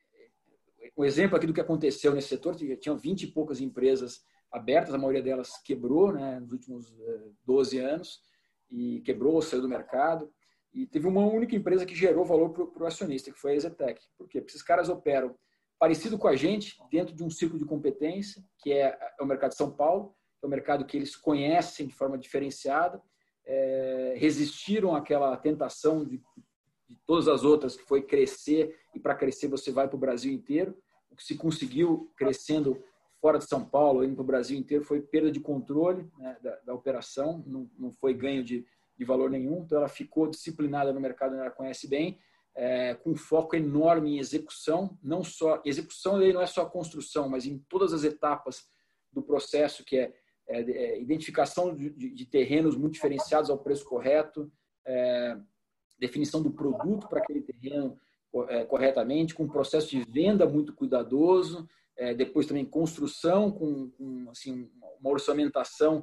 Um exemplo aqui do que aconteceu nesse setor, tinha vinte e poucas empresas abertas, a maioria delas quebrou, né, nos últimos doze anos, e quebrou, saiu do mercado. E teve uma única empresa que gerou valor para o acionista, que foi a Ezetec. Por quê? Porque esses caras operam parecido com a gente, dentro de um ciclo de competência, que é, é o mercado de São Paulo, é um mercado que eles conhecem de forma diferenciada, é, resistiram àquela tentação de, de todas as outras, que foi crescer, e para crescer você vai para o Brasil inteiro. O que se conseguiu crescendo fora de São Paulo, indo para o Brasil inteiro, foi perda de controle, né, da, da operação, não, não foi ganho de, de valor nenhum, então ela ficou disciplinada no mercado, ela conhece bem, é, com foco enorme em execução, não só, execução aí não é só a construção, mas em todas as etapas do processo, que é, é, é identificação de, de, de terrenos muito diferenciados ao preço correto, é, definição do produto para aquele terreno é, corretamente, com um processo de venda muito cuidadoso, é, depois também construção com, com assim, uma orçamentação,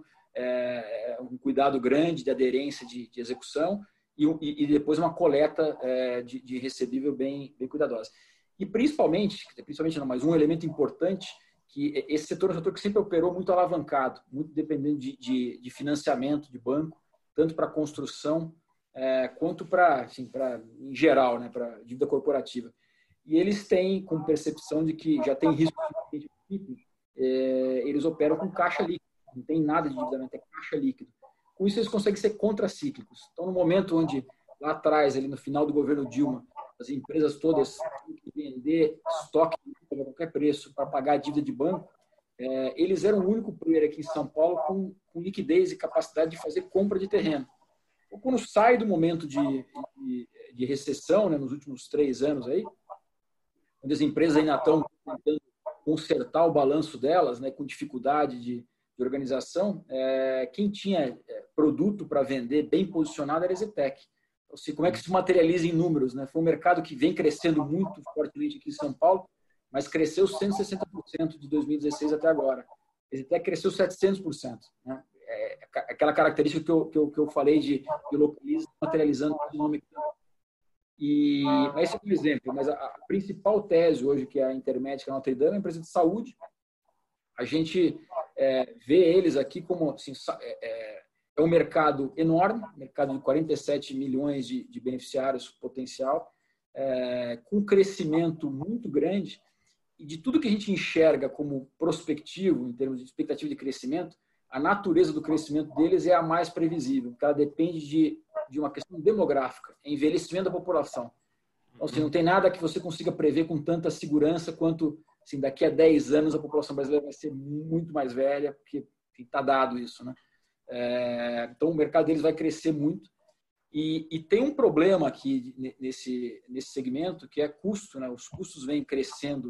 é, um cuidado grande de aderência de, de execução, E, e depois uma coleta é, de, de recebível bem, bem cuidadosa. E principalmente, principalmente não, mas um elemento importante, que esse setor é um setor que sempre operou muito alavancado, muito dependendo de, de, de financiamento de banco, tanto para construção é, quanto para, assim, para, em geral, né, para dívida corporativa. E eles têm, com percepção de que já tem risco de é, eles operam com caixa líquido, não tem nada de endividamento, é caixa líquido. Com isso, eles conseguem ser contracíclicos. Então, no momento onde, lá atrás, ali no final do governo Dilma, as empresas todas tinham que vender estoque a qualquer preço para pagar a dívida de banco, é, eles eram o único player aqui em São Paulo com, com liquidez e capacidade de fazer compra de terreno. Então, quando sai do momento de, de, de recessão, né, nos últimos três anos, aí, onde as empresas ainda estão tentando consertar o balanço delas, né, com dificuldade de de organização, é, quem tinha produto para vender bem posicionado era a Ezetec. Então, assim, como é que isso materializa em números? Né? Foi um mercado que vem crescendo muito fortemente aqui em São Paulo, mas cresceu cento e sessenta por cento de dois mil e dezesseis até agora. A Ezetec cresceu setecentos por cento. Né? É aquela característica que eu, que eu, que eu falei de, de localiza materializando economicamente. E esse é um exemplo, mas a, a principal tese hoje, que é a Intermédica Notre Dame, é uma empresa de saúde. A gente é, vê eles aqui como assim, é, é um mercado enorme, mercado de quarenta e sete milhões de, de beneficiários potencial, é, com crescimento muito grande, e de tudo que a gente enxerga como prospectivo, em termos de expectativa de crescimento, a natureza do crescimento deles é a mais previsível, porque ela depende de, de uma questão demográfica, envelhecimento da população. Então, assim, não tem nada que você consiga prever com tanta segurança quanto, assim, daqui a dez anos a população brasileira vai ser muito mais velha, porque está dado isso, né? É, então, o mercado deles vai crescer muito. E, e tem um problema aqui nesse, nesse segmento, que é custo, né? Os custos vêm crescendo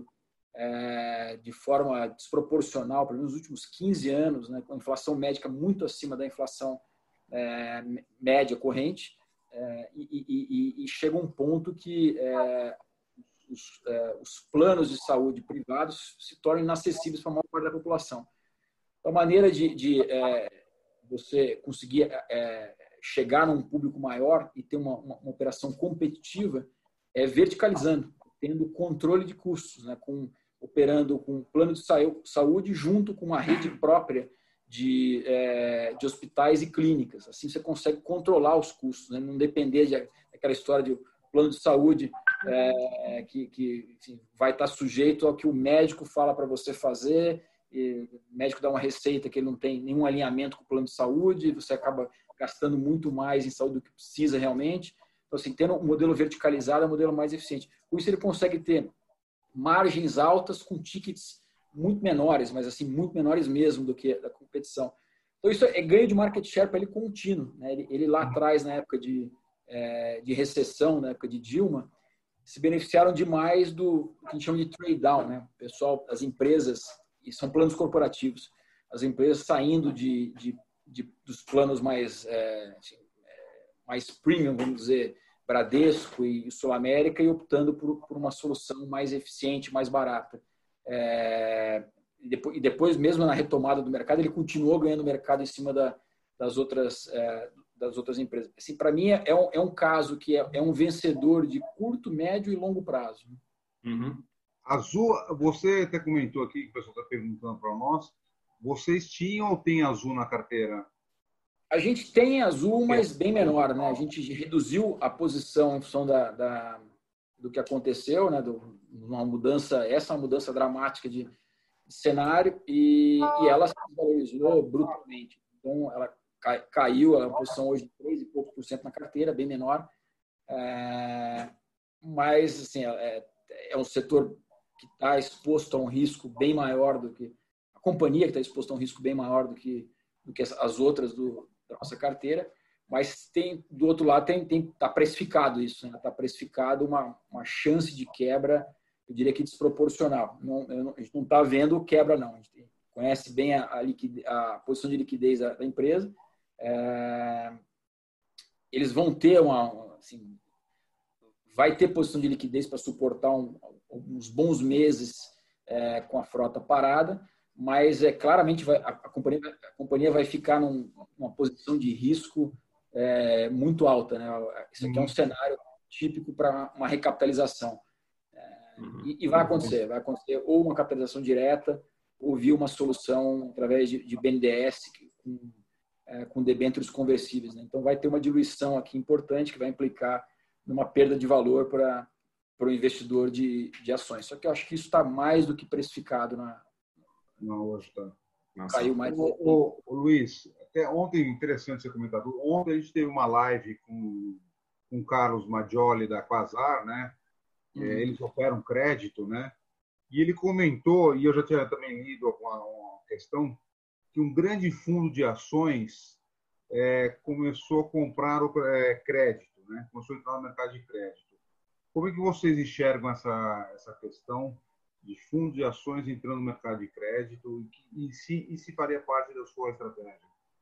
é, de forma desproporcional, pelo menos nos últimos quinze anos, né? Com a inflação médica muito acima da inflação é, média corrente. É, e, e, e chega um ponto que é, os, é, os planos de saúde privados se tornam inacessíveis para a maior parte da população. Então, a maneira de, de é, você conseguir é, chegar num público maior e ter uma, uma, uma operação competitiva é verticalizando, tendo controle de custos, né, com, operando com um plano de saúde junto com uma rede própria de, é, de hospitais e clínicas. Assim você consegue controlar os custos, né, não depender de, daquela história de plano de saúde é, que, que assim, vai estar sujeito ao que o médico fala para você fazer. E o médico dá uma receita que ele não tem nenhum alinhamento com o plano de saúde, você acaba gastando muito mais em saúde do que precisa realmente. Então, assim, tendo um modelo verticalizado é um modelo mais eficiente. Com isso, ele consegue ter margens altas com tickets muito menores, mas assim, muito menores mesmo do que da competição. Então, isso é ganho de market share para ele contínuo, né? Ele, ele lá atrás, na época de, é, de recessão, na época de Dilma, se beneficiaram demais do que a gente chama de trade down, né? O pessoal, as empresas, e são planos corporativos, as empresas saindo de, de, de dos planos mais, é, assim, mais premium, vamos dizer, Bradesco e Sul América, e optando por, por uma solução mais eficiente, mais barata. É, e, depois, e depois, mesmo na retomada do mercado, ele continuou ganhando mercado em cima da, das, outras, é, das outras empresas. Assim, para mim, é um, é um caso que é, é um vencedor de curto, médio e longo prazo. Uhum. Azul, você até comentou aqui, que o pessoal está perguntando para nós, vocês tinham ou tem Azul na carteira? A gente tem Azul, mas bem menor, né? A gente reduziu a posição em função da, da, do que aconteceu, né? Do, uma mudança, essa é uma mudança dramática de, de cenário e, e ela se valorizou brutalmente. Então, ela cai, caiu, a posição hoje de três e pouco por cento na carteira, bem menor. É, mas, assim, é, é um setor que está exposto a um risco bem maior do que a companhia que está exposta a um risco bem maior do que, do que as outras do, da nossa carteira, mas tem do outro lado tem tem está precificado isso, está, né? Tá precificado uma, uma chance de quebra, eu diria que desproporcional. Não, não, a gente não está vendo quebra, não. A gente conhece bem a, a, liquidez, a posição de liquidez da, da empresa. É, eles vão ter uma, assim, vai ter posição de liquidez para suportar um, uns bons meses é, com a frota parada, mas é claramente vai, a, a, companhia, a companhia vai ficar num, numa posição de risco é, muito alta, né? Isso aqui é um cenário típico para uma recapitalização. É, e, e vai acontecer, vai acontecer ou uma capitalização direta ou via uma solução através de, de B N D E S com, é, com debêntures conversíveis, né? Então vai ter uma diluição aqui importante que vai implicar numa perda de valor para para o investidor de, de ações. Só que eu acho que isso está mais do que precificado na. Não, hoje está. Caiu mais. O, o, o Luiz, até ontem, interessante ser comentado. Ontem a gente teve uma live com com Carlos Maggioli da Quasar, né? Uhum. É, eles operam crédito, né? E ele comentou, e eu já tinha também lido uma, uma questão, que um grande fundo de ações é, começou a comprar o é, crédito, né? Começou a entrar no mercado de crédito. Como é que vocês enxergam essa, essa questão de fundo de ações entrando no mercado de crédito e se, e se faria parte da sua estratégia?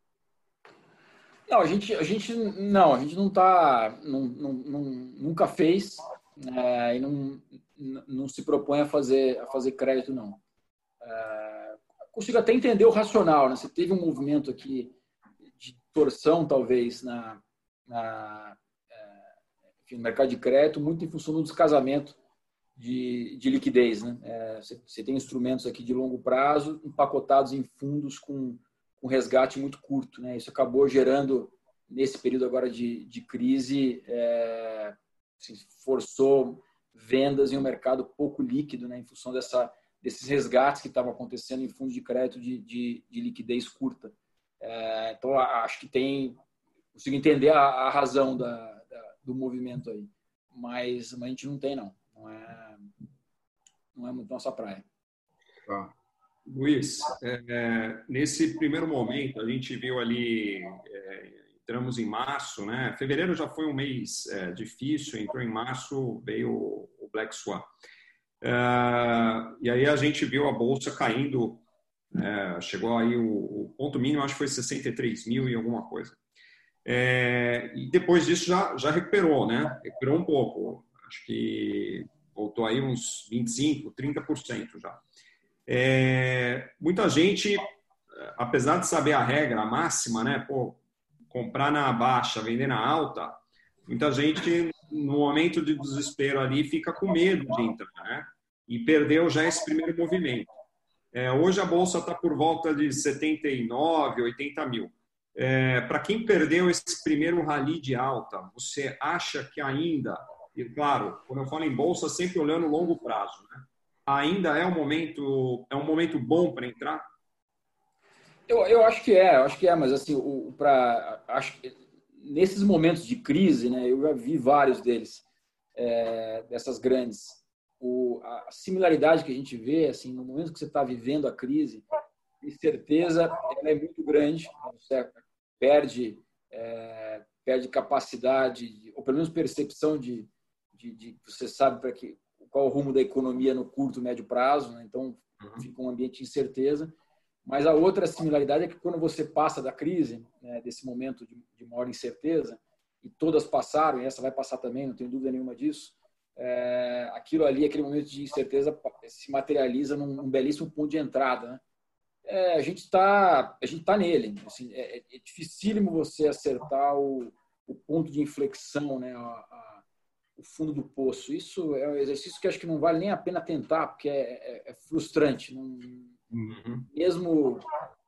Não, a gente, a gente não, a gente não tá, não, não, não, nunca fez é, e não, não se propõe a fazer, a fazer crédito, não. É, consigo até entender o racional, né? Você teve um movimento aqui de torção, talvez, na, na enfim, no mercado de crédito, muito em função do descasamento de, de liquidez, né? É, você, você tem instrumentos aqui de longo prazo empacotados em fundos com, com resgate muito curto, né? Isso acabou gerando, nesse período agora de, de crise, é, assim, forçou vendas em um mercado pouco líquido, né? Em função dessa, desses resgates que estavam acontecendo em fundos de crédito de, de, de liquidez curta. É, então, acho que tem... Consigo entender a, a razão da do movimento aí. mas, mas a gente não tem, não. Não é, não é muito nossa praia. Tá. Luiz, é, nesse primeiro momento, a gente viu ali, é, entramos em março, né? Fevereiro já foi um mês é, difícil, entrou em março, veio o Black Swan. É, e aí a gente viu a Bolsa caindo, é, chegou aí o, o ponto mínimo, acho que foi sessenta e três mil e alguma coisa. É, e depois disso já, já recuperou, né? Recuperou um pouco, acho que voltou aí uns vinte e cinco, trinta por cento já. É, muita gente, apesar de saber a regra, a máxima, né? Pô, comprar na baixa, vender na alta, muita gente, no momento de desespero ali, fica com medo de entrar, né? E perdeu já esse primeiro movimento. É, hoje a Bolsa está por volta de setenta e nove, oitenta mil. É, para quem perdeu esse primeiro rally de alta, você acha que ainda, e claro, quando eu falo em Bolsa, sempre olhando longo prazo, né? Ainda é um momento, é um momento bom para entrar? Eu, eu acho que é, eu acho que é, mas assim, o, pra, acho que nesses momentos de crise, né, eu já vi vários deles, é, dessas grandes. O, a similaridade que a gente vê, assim, no momento que você está vivendo a crise, de certeza, ela é muito grande. Você perde, é, perde capacidade, ou pelo menos percepção de, de, de você sabe para que qual o rumo da economia no curto, médio prazo, né? Então fica um ambiente de incerteza. Mas a outra similaridade é que quando você passa da crise, né, desse momento de, de maior incerteza, e todas passaram, e essa vai passar também, não tenho dúvida nenhuma disso, é, aquilo ali, aquele momento de incerteza se materializa num, num belíssimo ponto de entrada, né? É, a gente está a gente tá nele. Assim, é, é dificílimo você acertar o, o ponto de inflexão, né, a, a, o fundo do poço. Isso é um exercício que acho que não vale nem a pena tentar, porque é, é, é frustrante. Não, uhum. Mesmo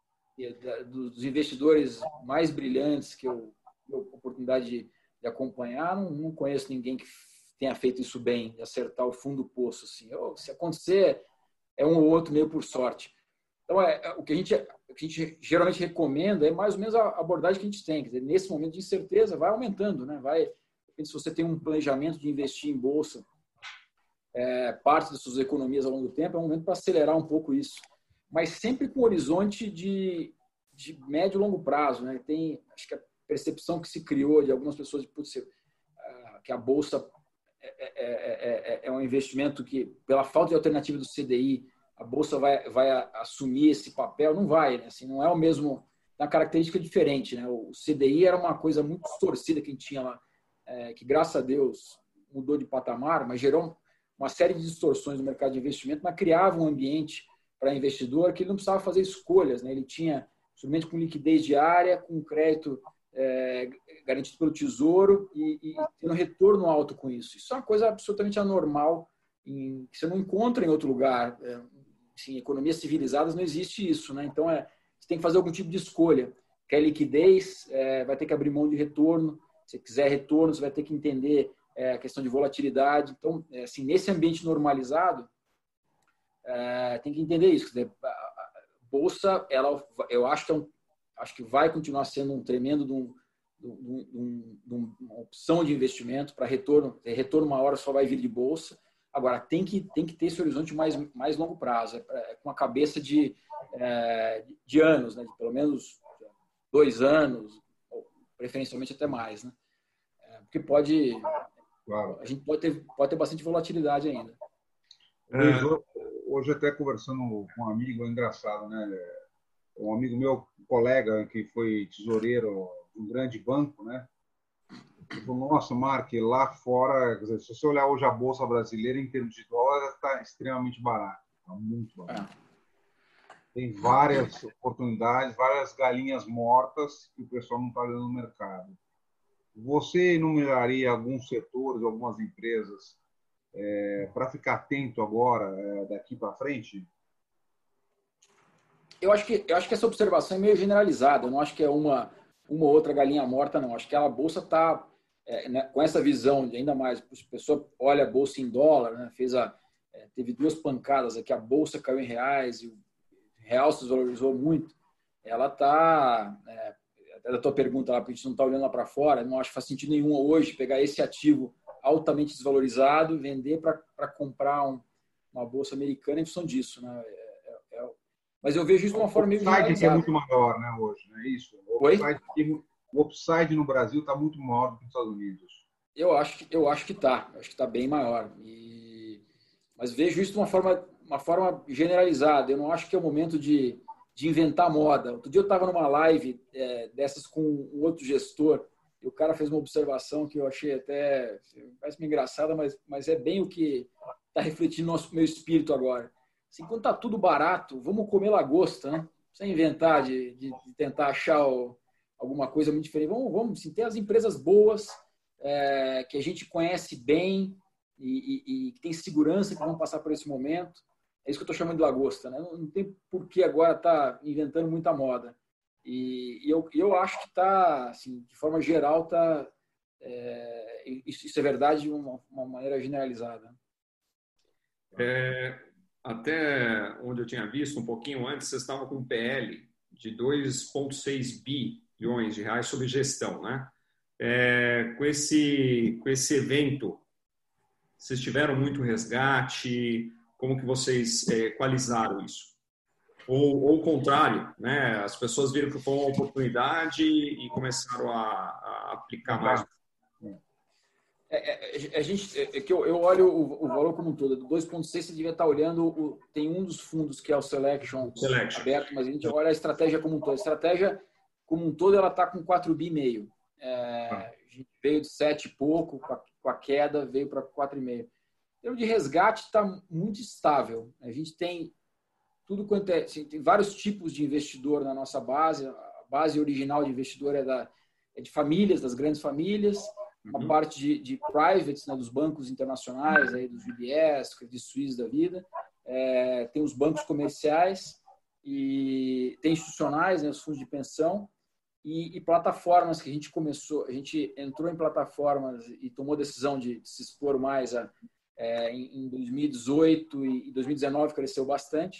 dos investidores mais brilhantes que eu tive a oportunidade de, de acompanhar, não, não conheço ninguém que tenha feito isso bem, de acertar o fundo do poço. Assim. Se acontecer, é um ou outro meio por sorte. Então, é, é, o, que a gente, o que a gente geralmente recomenda é mais ou menos a abordagem que a gente tem. Quer dizer, nesse momento de incerteza, vai aumentando, né? Vai, se você tem um planejamento de investir em bolsa, é, parte das suas economias ao longo do tempo, é um momento para acelerar um pouco isso. Mas sempre com horizonte de, de médio e longo prazo, né? Tem, acho que a percepção que se criou de algumas pessoas de putz, que a bolsa é, é, é, é um investimento que, pela falta de alternativa do C D I, a bolsa vai, vai assumir esse papel, não vai, né? Assim, não é o mesmo, é uma característica diferente, né? O C D I era uma coisa muito distorcida que a gente tinha lá, é, que graças a Deus mudou de patamar, mas gerou uma série de distorções no mercado de investimento, mas criava um ambiente para investidor que ele não precisava fazer escolhas, né? Ele tinha instrumento com liquidez diária, com crédito é, garantido pelo Tesouro e, e tendo retorno alto com isso. Isso é uma coisa absolutamente anormal, em, que você não encontra em outro lugar. É, Em economias civilizadas não existe isso, né? Então, é, você tem que fazer algum tipo de escolha. Quer liquidez, é, vai ter que abrir mão de retorno. Se quiser retorno, você vai ter que entender é, a questão de volatilidade. Então, é, assim, nesse ambiente normalizado, é, tem que entender isso. Quer dizer, a, a bolsa, ela, eu acho que, é um, acho que vai continuar sendo um tremendo de, um, de, um, de uma opção de investimento para retorno. Retorno uma hora só vai vir de bolsa. Agora, tem que, tem que ter esse horizonte mais, mais longo prazo, é, com a cabeça de, é, de anos, né? De pelo menos dois anos, ou preferencialmente até mais, né? É, porque pode, claro. A gente pode ter, pode ter bastante volatilidade ainda. Luiz, hoje até conversando com um amigo, é engraçado, né? Um amigo meu, um colega, que foi tesoureiro de um grande banco, né? Ele falou, nossa, Mark, lá fora, quer dizer, se você olhar hoje a Bolsa Brasileira, em termos de dólar, está extremamente barato. Está muito barato. É. Tem várias oportunidades, várias galinhas mortas que o pessoal não está dando no mercado. Você enumeraria alguns setores, algumas empresas, é, para ficar atento agora, é, daqui para frente? Eu acho, que, eu acho que essa observação é meio generalizada. Eu não acho que é uma, uma ou outra galinha morta, não. Acho que a Bolsa está... É, né, com essa visão, de ainda mais, a pessoa olha a bolsa em dólar, né, fez a, é, teve duas pancadas aqui, a bolsa caiu em reais e o real se desvalorizou muito. Ela está, é, até da tua pergunta lá, porque a gente não está olhando lá para fora, não acho que faz sentido nenhum hoje pegar esse ativo altamente desvalorizado, vender para comprar um, uma bolsa americana em função disso, né? É, é, mas eu vejo isso de uma forma meio generalizada. O upside é muito maior, né, hoje, não é isso? O upside, o upside no Brasil está muito maior do que nos Estados Unidos. Eu acho que eu acho que está, acho que está bem maior. E, mas vejo isso de uma forma, uma forma generalizada. Eu não acho que é o momento de, de inventar moda. Outro dia eu estava numa live é, dessas com um outro gestor e o cara fez uma observação que eu achei até parece meio engraçada, mas, mas é bem o que está refletindo no nosso meu espírito agora. Assim, quando está tudo barato, vamos comer lagosta, né? Sem inventar de, de, de tentar achar o, alguma coisa muito diferente. Vamos, vamos assim, ter as empresas boas. É, que a gente conhece bem e, e, e tem segurança que vão passar por esse momento. É isso que eu estou chamando de lagosta, né? Não, não tem por que agora estar tá inventando muita moda. E, e eu, eu acho que está, assim, de forma geral, tá, é, isso, isso é verdade de uma, uma maneira generalizada. É, até onde eu tinha visto um pouquinho antes, vocês estavam com um P L de dois vírgula seis bilhões de reais sob gestão, né? É, com, esse, com esse evento, vocês tiveram muito resgate? Como que vocês é, equalizaram isso? Ou, ou o contrário, né? As pessoas viram que foi uma oportunidade e começaram a, a aplicar mais? É, é, a gente, é que eu, eu olho o, o valor como um todo. Do dois vírgula seis você devia estar olhando, o, tem um dos fundos que é o Selection, o Selection aberto, mas a gente olha a estratégia como um todo. A estratégia como um todo ela está com quatro bi e meio. É, a gente veio de sete e pouco, com a, com a queda, veio para quatro vírgula cinco. Em termos de resgate, está muito estável. A gente tem tudo quanto é. Assim, tem vários tipos de investidor na nossa base. A base original de investidor é, da, é de famílias, das grandes famílias. Uma uhum. parte de, de privates, né, dos bancos internacionais, aí, dos U B S, Credit Suisse da vida. É, tem os bancos comerciais e tem institucionais, né, os fundos de pensão. E, e plataformas que a gente começou, a gente entrou em plataformas e tomou a decisão de, de se expor mais a, é, em, em dois mil e dezoito e, e dois mil e dezenove cresceu bastante.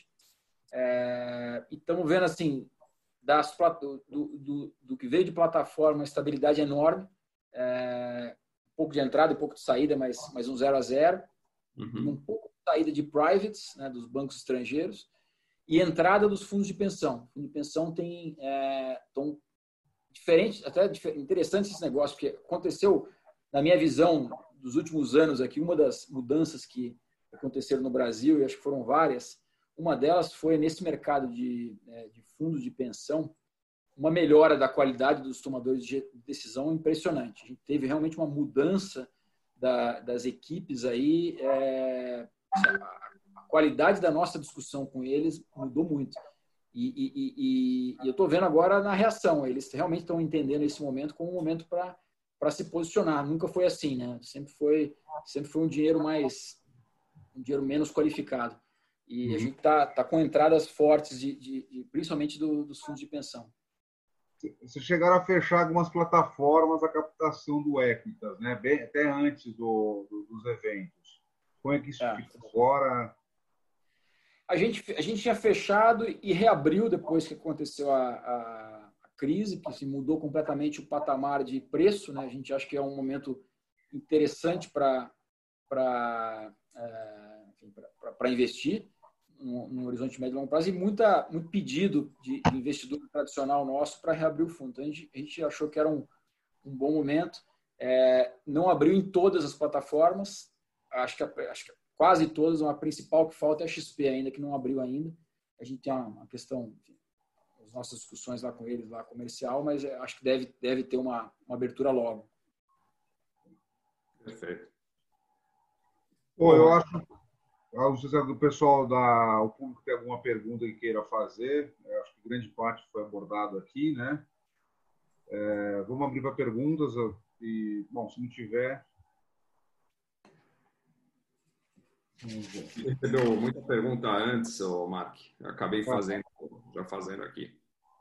É, e estamos vendo assim, das, do, do, do que veio de plataforma, uma estabilidade enorme, é, um pouco de entrada e um pouco de saída, mas, mas um zero a zero, uhum. um pouco de saída de privates, né, dos bancos estrangeiros, e entrada dos fundos de pensão. O fundo de pensão tem é, tão, diferente, até interessante esse negócio, porque aconteceu, na minha visão, dos últimos anos aqui, uma das mudanças que aconteceram no Brasil, e acho que foram várias, uma delas foi nesse mercado de, de fundos de pensão, uma melhora da qualidade dos tomadores de decisão impressionante. A gente teve realmente uma mudança da, das equipes aí, é, a qualidade da nossa discussão com eles mudou muito. E, e, e, e eu estou vendo agora na reação, eles realmente estão entendendo esse momento como um momento para se posicionar. Nunca foi assim, né? Sempre foi, sempre foi um dinheiro mais, um dinheiro menos qualificado. E uhum. a gente está tá com entradas fortes, de, de, de principalmente do, dos fundos de pensão. Vocês chegaram a fechar algumas plataformas a captação do Equitas, né? Bem, até antes do, do, dos eventos. Como é que isso é. ficou agora? A gente, a gente tinha fechado e reabriu depois que aconteceu a, a, a crise, que se mudou completamente o patamar de preço, né? A gente acha que é um momento interessante para para investir no, no horizonte médio e longo prazo, e muita, muito pedido de, de investidor tradicional nosso para reabrir o fundo. Então, a gente, a gente achou que era um, um bom momento. É, não abriu em todas as plataformas, acho que, acho que quase todas, uma principal que falta é a X P ainda, que não abriu ainda. A gente tem uma questão, enfim, as nossas discussões lá com eles, lá comercial, mas acho que deve, deve ter uma, uma abertura logo. Perfeito. Pô, eu acho, não sei se o pessoal da, o público tem alguma pergunta que queira fazer. Eu acho que grande parte foi abordado aqui, né? É, vamos abrir para perguntas e, bom, se não tiver... Recebeu muita pergunta antes, ô Mark. Eu acabei fazendo, já fazendo aqui.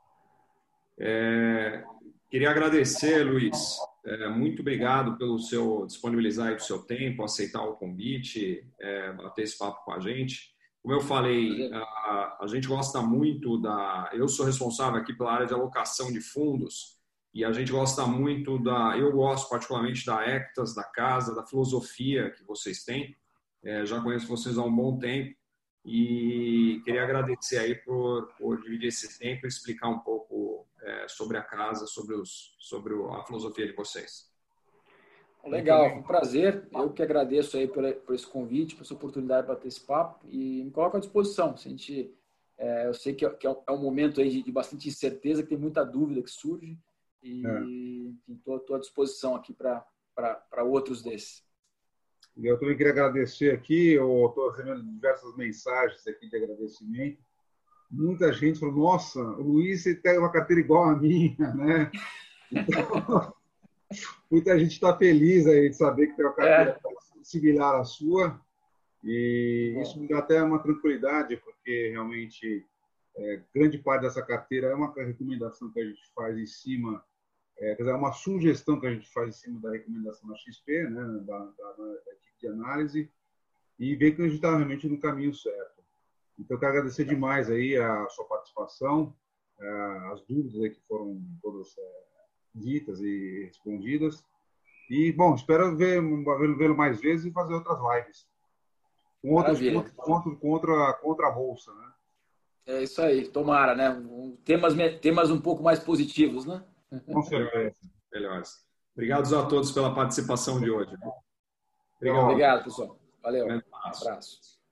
É, queria agradecer, Luiz. É, muito obrigado pelo seu disponibilizar aí o seu tempo, aceitar o convite, é, bater esse papo com a gente. Como eu falei, a, a gente gosta muito da... Eu sou responsável aqui pela área de alocação de fundos E a gente gosta muito da... Eu gosto particularmente da Ectas, da casa, da filosofia que vocês têm. É, já conheço vocês há um bom tempo e queria agradecer aí por, por dividir esse tempo e explicar um pouco é, sobre a casa, sobre, os, sobre a filosofia de vocês. Legal, foi um prazer. Eu que agradeço aí por, por esse convite, por essa oportunidade para ter esse papo e me coloco à disposição. Se a gente, é, eu sei que é, que é um momento aí de, de bastante incerteza, que tem muita dúvida que surge e estou à disposição aqui para outros desses. Eu também queria agradecer aqui, eu estou recebendo diversas mensagens aqui de agradecimento. Muita gente falou, nossa, o Luiz tem uma carteira igual a minha, né? Então, muita gente está feliz aí de saber que tem uma carteira é. similar à sua. E Bom. Isso me dá até uma tranquilidade, porque realmente é, grande parte dessa carteira é uma recomendação que a gente faz em cima, é, quer dizer, é uma sugestão que a gente faz em cima da recomendação da X P, né, da, da, da equipe de análise, e ver que a gente está realmente no caminho certo. Então, eu quero agradecer demais aí a sua participação, as dúvidas aí que foram todas ditas e respondidas. E, bom, espero vê-lo mais vezes e fazer outras lives. Com, outros, contra, contra, contra a Bolsa, né? É isso aí, tomara, né? Temas, temas um pouco mais positivos, né? Com certeza. Melhores. Obrigado a todos pela participação de hoje. Obrigado, Obrigado pessoal. Valeu. Um abraço.